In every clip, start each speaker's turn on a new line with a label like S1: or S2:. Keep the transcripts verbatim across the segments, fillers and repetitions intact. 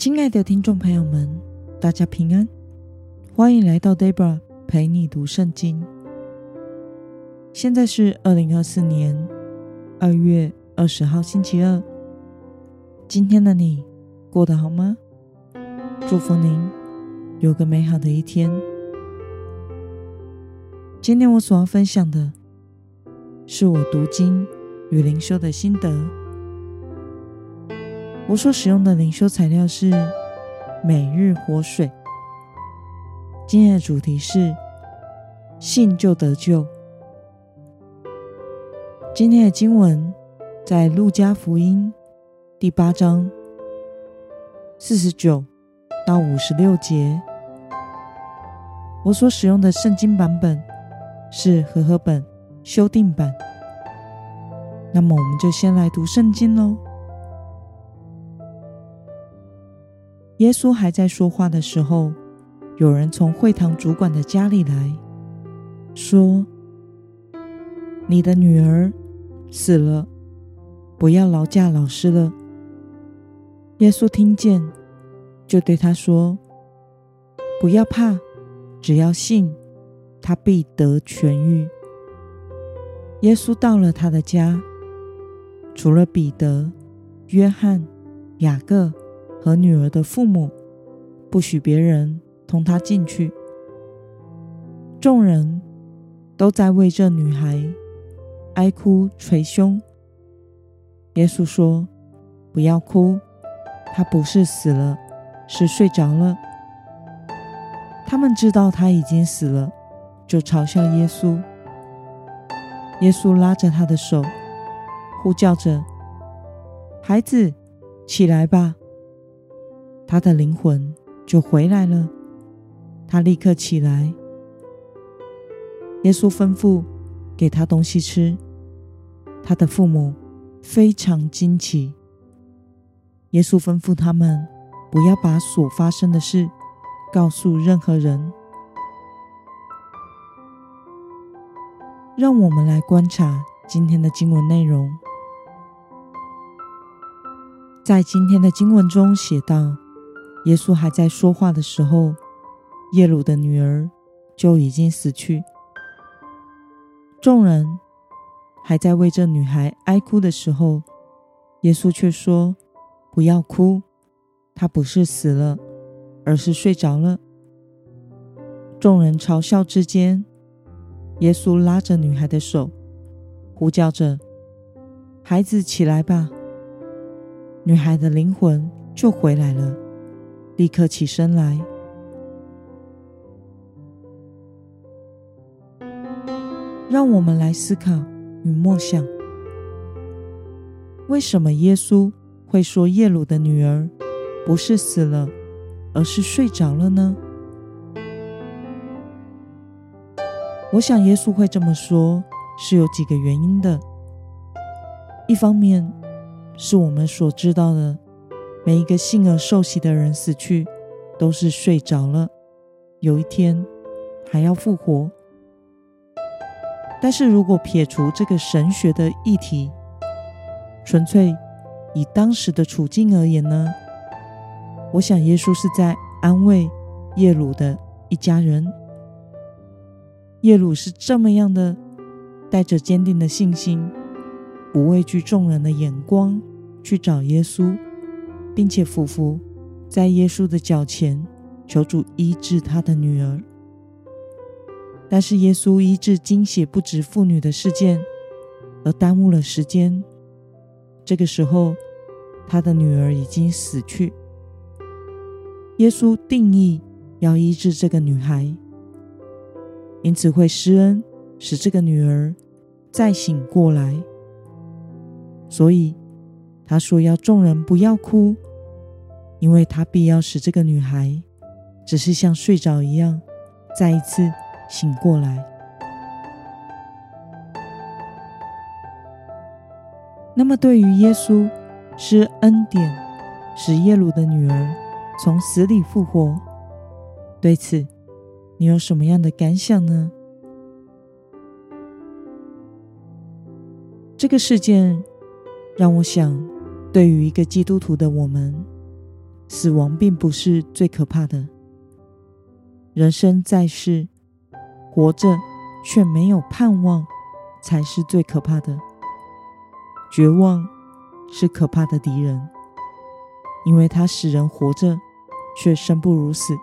S1: 亲爱的听众朋友们，大家平安，欢迎来到 Debra 陪你读圣经。现在是二零二四年二月二十号星期二。今天的你过得好吗？祝福您有个美好的一天。今天我所要分享的是我读经与灵修的心得。我所使用的灵修材料是每日活水。今天的主题是信就得救。今天的经文在路加福音第八章四十九到五十六节。我所使用的圣经版本是和合本修订版。那么我们就先来读圣经咯。耶稣还在说话的时候，有人从会堂主管的家里来，说：你的女儿死了，不要劳驾老师了。耶稣听见，就对他说：不要怕，只要信，他必得痊愈。耶稣到了他的家，除了彼得、约翰、雅各和女儿的父母，不许别人同他进去。众人都在为这女孩哀哭捶胸。耶稣说：不要哭，她不是死了，是睡着了。他们知道她已经死了，就嘲笑耶稣。耶稣拉着她的手，呼叫着：孩子，起来吧。他的灵魂就回来了，他立刻起来。耶稣吩咐给他东西吃，他的父母非常惊奇。耶稣吩咐他们不要把所发生的事告诉任何人。让我们来观察今天的经文内容。在今天的经文中写道，耶稣还在说话的时候，耶鲁的女儿就已经死去。众人还在为这女孩哀哭的时候，耶稣却说：不要哭，她不是死了，而是睡着了。众人嘲笑之间，耶稣拉着女孩的手，呼叫着：孩子，起来吧。女孩的灵魂就回来了，立刻起身来。让我们来思考与默想，为什么耶稣会说耶鲁的女儿不是死了，而是睡着了呢？我想耶稣会这么说是有几个原因的。一方面是我们所知道的，每一个信而受洗的人死去都是睡着了，有一天还要复活。但是如果撇除这个神学的议题，纯粹以当时的处境而言呢，我想耶稣是在安慰耶鲁的一家人。耶鲁是这么样的带着坚定的信心，不畏惧众人的眼光去找耶稣，并且俯伏在耶稣的脚前，求主医治他的女儿。但是耶稣医治经血不止妇女的事件而耽误了时间，这个时候他的女儿已经死去。耶稣定义要医治这个女孩，因此会施恩使这个女儿再醒过来。所以他说要众人不要哭，因为他必要使这个女孩只是像睡着一样再一次醒过来。那么对于耶稣施恩典使耶鲁的女儿从死里复活，对此你有什么样的感想呢？这个事件让我想，对于一个基督徒的我们， 死亡并不是最可怕的。人生在世，活着却没有盼望，才是最可怕的。绝望是可怕的敌人，因为它使人活着，却生不如死。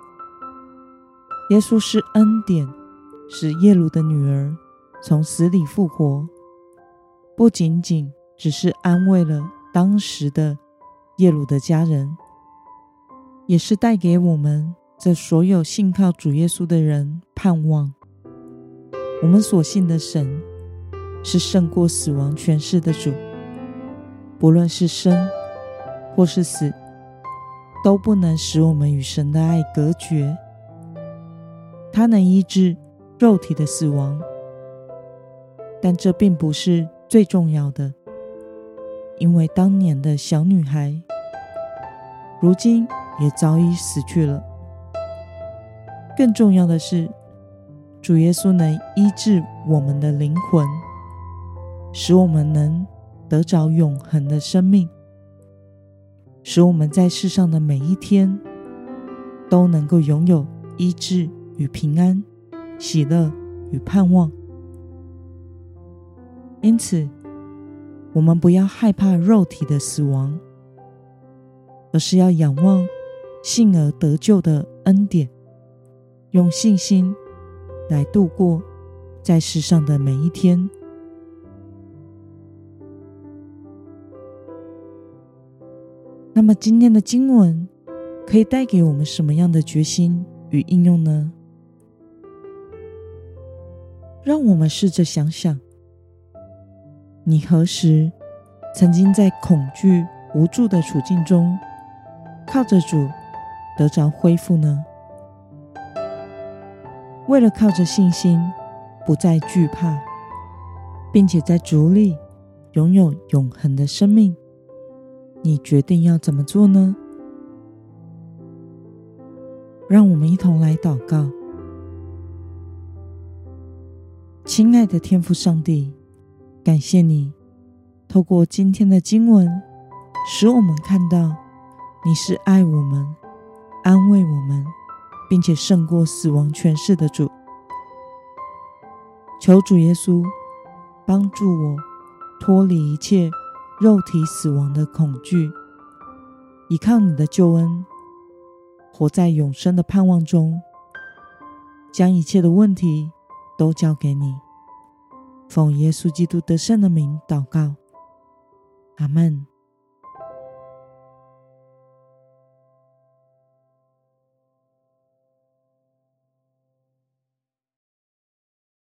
S1: 耶稣是恩典，使耶鲁的女儿从死里复活，不仅仅只是安慰了当时的耶鲁的家人，也是带给我们这所有信靠主耶稣的人盼望。我们所信的神是胜过死亡权势的主，不论是生或是死，都不能使我们与神的爱隔绝。他能医治肉体的死亡，但这并不是最重要的，因为当年的小女孩如今也早已死去了。更重要的是，主耶稣能医治我们的灵魂，使我们能得着永恒的生命，使我们在世上的每一天都能够拥有医治与平安、喜乐与盼望。因此，我们不要害怕肉体的死亡，而是要仰望信而得救的恩典，用信心来度过在世上的每一天。那么今天的经文可以带给我们什么样的决心与应用呢？让我们试着想想，你何时曾经在恐惧无助的处境中，靠着主得着恢复呢？为了靠着信心不再惧怕，并且在主里拥有永恒的生命，你决定要怎么做呢？让我们一同来祷告。亲爱的天父上帝，感谢你透过今天的经文，使我们看到你是爱我们、安慰我们，并且胜过死亡权势的主。求主耶稣帮助我脱离一切肉体死亡的恐惧，依靠你的救恩，活在永生的盼望中，将一切的问题都交给你。奉耶稣基督得胜的名祷告，阿们。